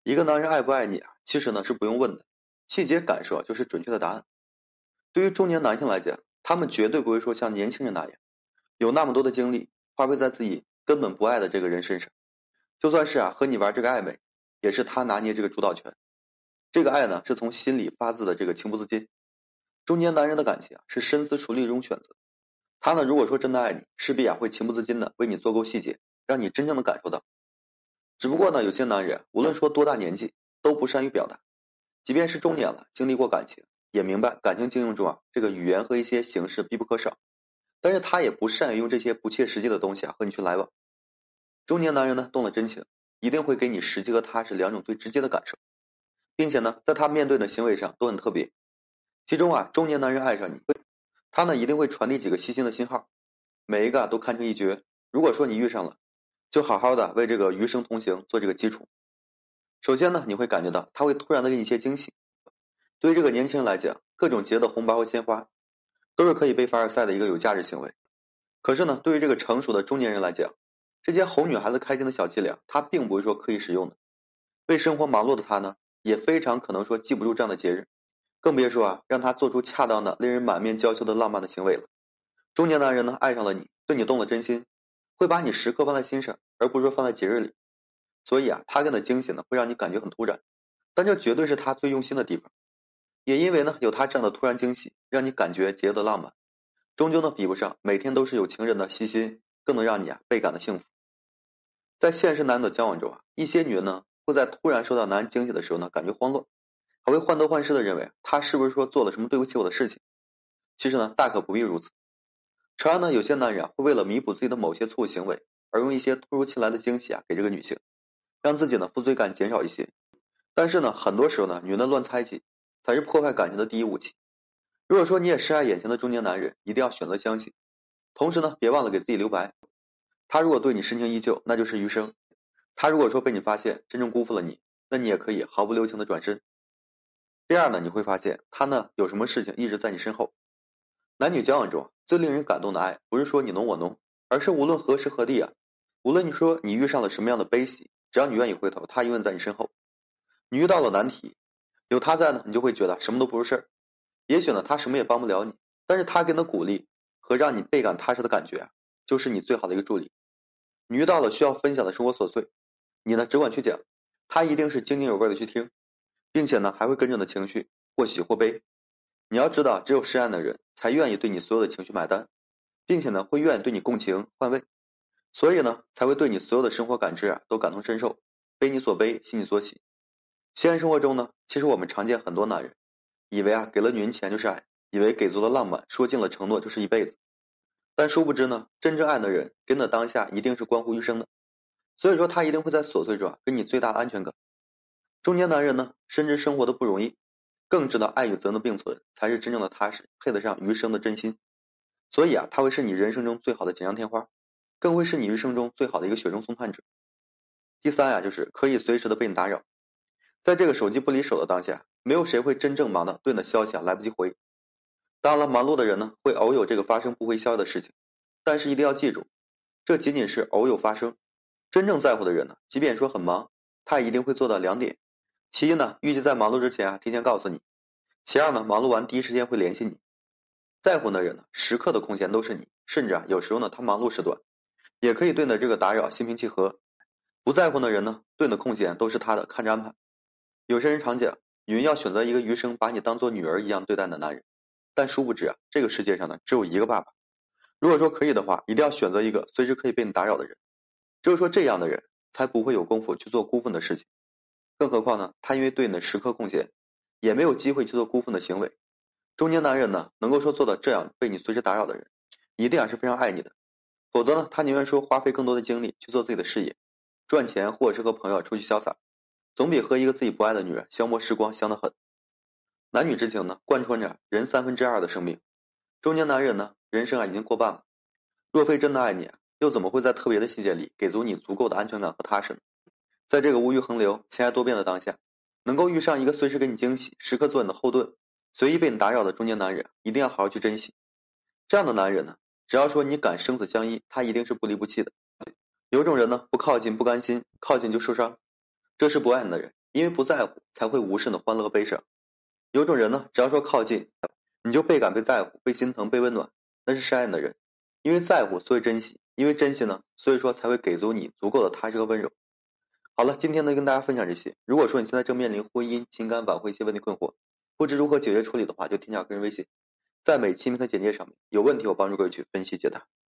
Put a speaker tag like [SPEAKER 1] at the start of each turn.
[SPEAKER 1] 一个男人爱不爱你啊，其实呢是不用问的，细节感受就是准确的答案。对于中年男性来讲，他们绝对不会说像年轻人那样，有那么多的精力花费在自己根本不爱的这个人身上。就算是和你玩这个暧昧，也是他拿捏这个主导权。这个爱呢，是从心里发自的这个情不自禁。中年男人的感情是深思熟虑中选择。他呢，如果说真的爱你，势必会情不自禁的为你做够细节，让你真正的感受到。只不过呢，有些男人无论说多大年纪，都不善于表达。即便是中年了，经历过感情，也明白感情经营中这个语言和一些形式必不可少。但是他也不善于用这些不切实际的东西和你去来往。中年男人呢，动了真情，一定会给你实际和踏实两种最直接的感受，并且呢，在他面对的行为上都很特别。其中中年男人爱上你，他呢一定会传递几个细心的信号，每一个都堪称一绝。如果说你遇上了，就好好的为这个余生同行做这个基础。首先呢，你会感觉到他会突然的给你一些惊喜。对于这个年轻人来讲，各种节的红包和鲜花都是可以被凡尔赛的一个有价值行为。可是呢，对于这个成熟的中年人来讲，这些哄女孩子开心的小伎俩，他并不会说刻意使用的。为生活忙碌的他呢，也非常可能说记不住这样的节日，更别说让他做出恰当的令人满面娇羞的浪漫的行为了。中年男人呢，爱上了你，对你动了真心，会把你时刻放在心上，而不是说放在节日里。所以他给的惊喜呢，会让你感觉很突然，但这绝对是他最用心的地方。也因为呢，有他这样的突然惊喜，让你感觉节日的浪漫，终究呢比不上每天都是有情人的细心，更能让你倍感的幸福。在现实男人的交往中一些女人呢会在突然收到男人惊喜的时候呢感觉慌乱，还会患得患失的认为他是不是说做了什么对不起我的事情。其实呢大可不必如此。常常呢有些男人会为了弥补自己的某些错误行为，而用一些突如其来的惊喜给这个女性，让自己呢负罪感减少一些。但是呢很多时候呢女人的乱猜忌才是破坏感情的第一武器。如果说你也深爱眼前的中年男人，一定要选择相信，同时呢别忘了给自己留白。他如果对你深情依旧，那就是余生。他如果说被你发现真正辜负了你，那你也可以毫不留情的转身。第二呢，你会发现他呢有什么事情一直在你身后。男女交往中最令人感动的爱，不是说你侬我侬，而是无论何时何地无论你说你遇上了什么样的悲喜，只要你愿意回头，他永远在你身后。你遇到了难题，有他在呢，你就会觉得什么都不是事儿。也许呢他什么也帮不了你，但是他给你的鼓励和让你倍感踏实的感觉就是你最好的一个助力。你遇到了需要分享的生活琐碎，你呢只管去讲，他一定是津津有味的去听，并且呢还会跟着你的情绪或喜或悲。你要知道，只有深爱的人才愿意对你所有的情绪买单，并且呢会愿意对你共情换位，所以呢才会对你所有的生活感知都感同身受，悲你所悲，喜你所喜。现实生活中呢，其实我们常见很多男人以为给了女人钱就是爱，以为给足了浪漫，说尽了承诺就是一辈子。但殊不知呢，真正爱的人跟的当下一定是关乎余生的，所以说他一定会在琐碎中给你最大的安全感。中年男人呢，深知生活的不容易，更知道爱与责任的并存才是真正的踏实，配得上余生的真心。所以他会是你人生中最好的锦上添花，更会是你余生中最好的一个雪中送炭者。第三就是可以随时的被你打扰。在这个手机不离手的当下，没有谁会真正忙的对你的消息来不及回。当然了，忙碌的人呢，会偶有这个发生不回消息的事情，但是一定要记住，这仅仅是偶有发生。真正在乎的人呢，即便说很忙，他也一定会做到两点。其一呢，预计在忙碌之前提前告诉你；其二呢，忙碌完第一时间会联系你。在乎的人呢，时刻的空闲都是你，甚至有时候呢，他忙碌时段也可以对你的这个打扰心平气和。不在乎的人呢，对你的空闲都是他的，看着安排。有些人常讲，女人要选择一个余生把你当做女儿一样对待的男人，但殊不知这个世界上呢，只有一个爸爸。如果说可以的话，一定要选择一个随时可以被你打扰的人。只有说这样的人才不会有功夫去做辜负你的事情。更何况呢，他因为对你的时刻空闲，也没有机会去做辜负你的行为。中年男人呢，能够说做到这样被你随时打扰的人，一定是非常爱你的。否则呢，他宁愿说花费更多的精力去做自己的事业，赚钱，或者是和朋友出去潇洒，总比和一个自己不爱的女人消磨时光香得很。男女之情呢，贯穿着人2/3的生命。中年男人呢，人生已经过半了，若非真的爱你又怎么会在特别的细节里给足你足够的安全感和踏实呢？在这个物欲横流、情爱多变的当下，能够遇上一个随时给你惊喜、时刻做你的后盾、随意被你打扰的中年男人，一定要好好去珍惜。这样的男人呢，只要说你敢生死相依，他一定是不离不弃的。有种人呢，不靠近不甘心，靠近就受伤，这是不爱你的人。 因为不在乎才会无视的欢乐和悲伤。有种人呢，只要说靠近，你就倍感被在乎、被心疼、被温暖，那是深爱的人。因为在乎，所以珍惜；因为珍惜呢，所以说才会给足你足够的踏实和温柔。好了，今天呢跟大家分享这些。如果说你现在正面临婚姻、情感挽回一些问题困惑，不知如何解决处理的话，就添加个人微信，在每期名的简介上面，有问题我帮助各位去分析解答。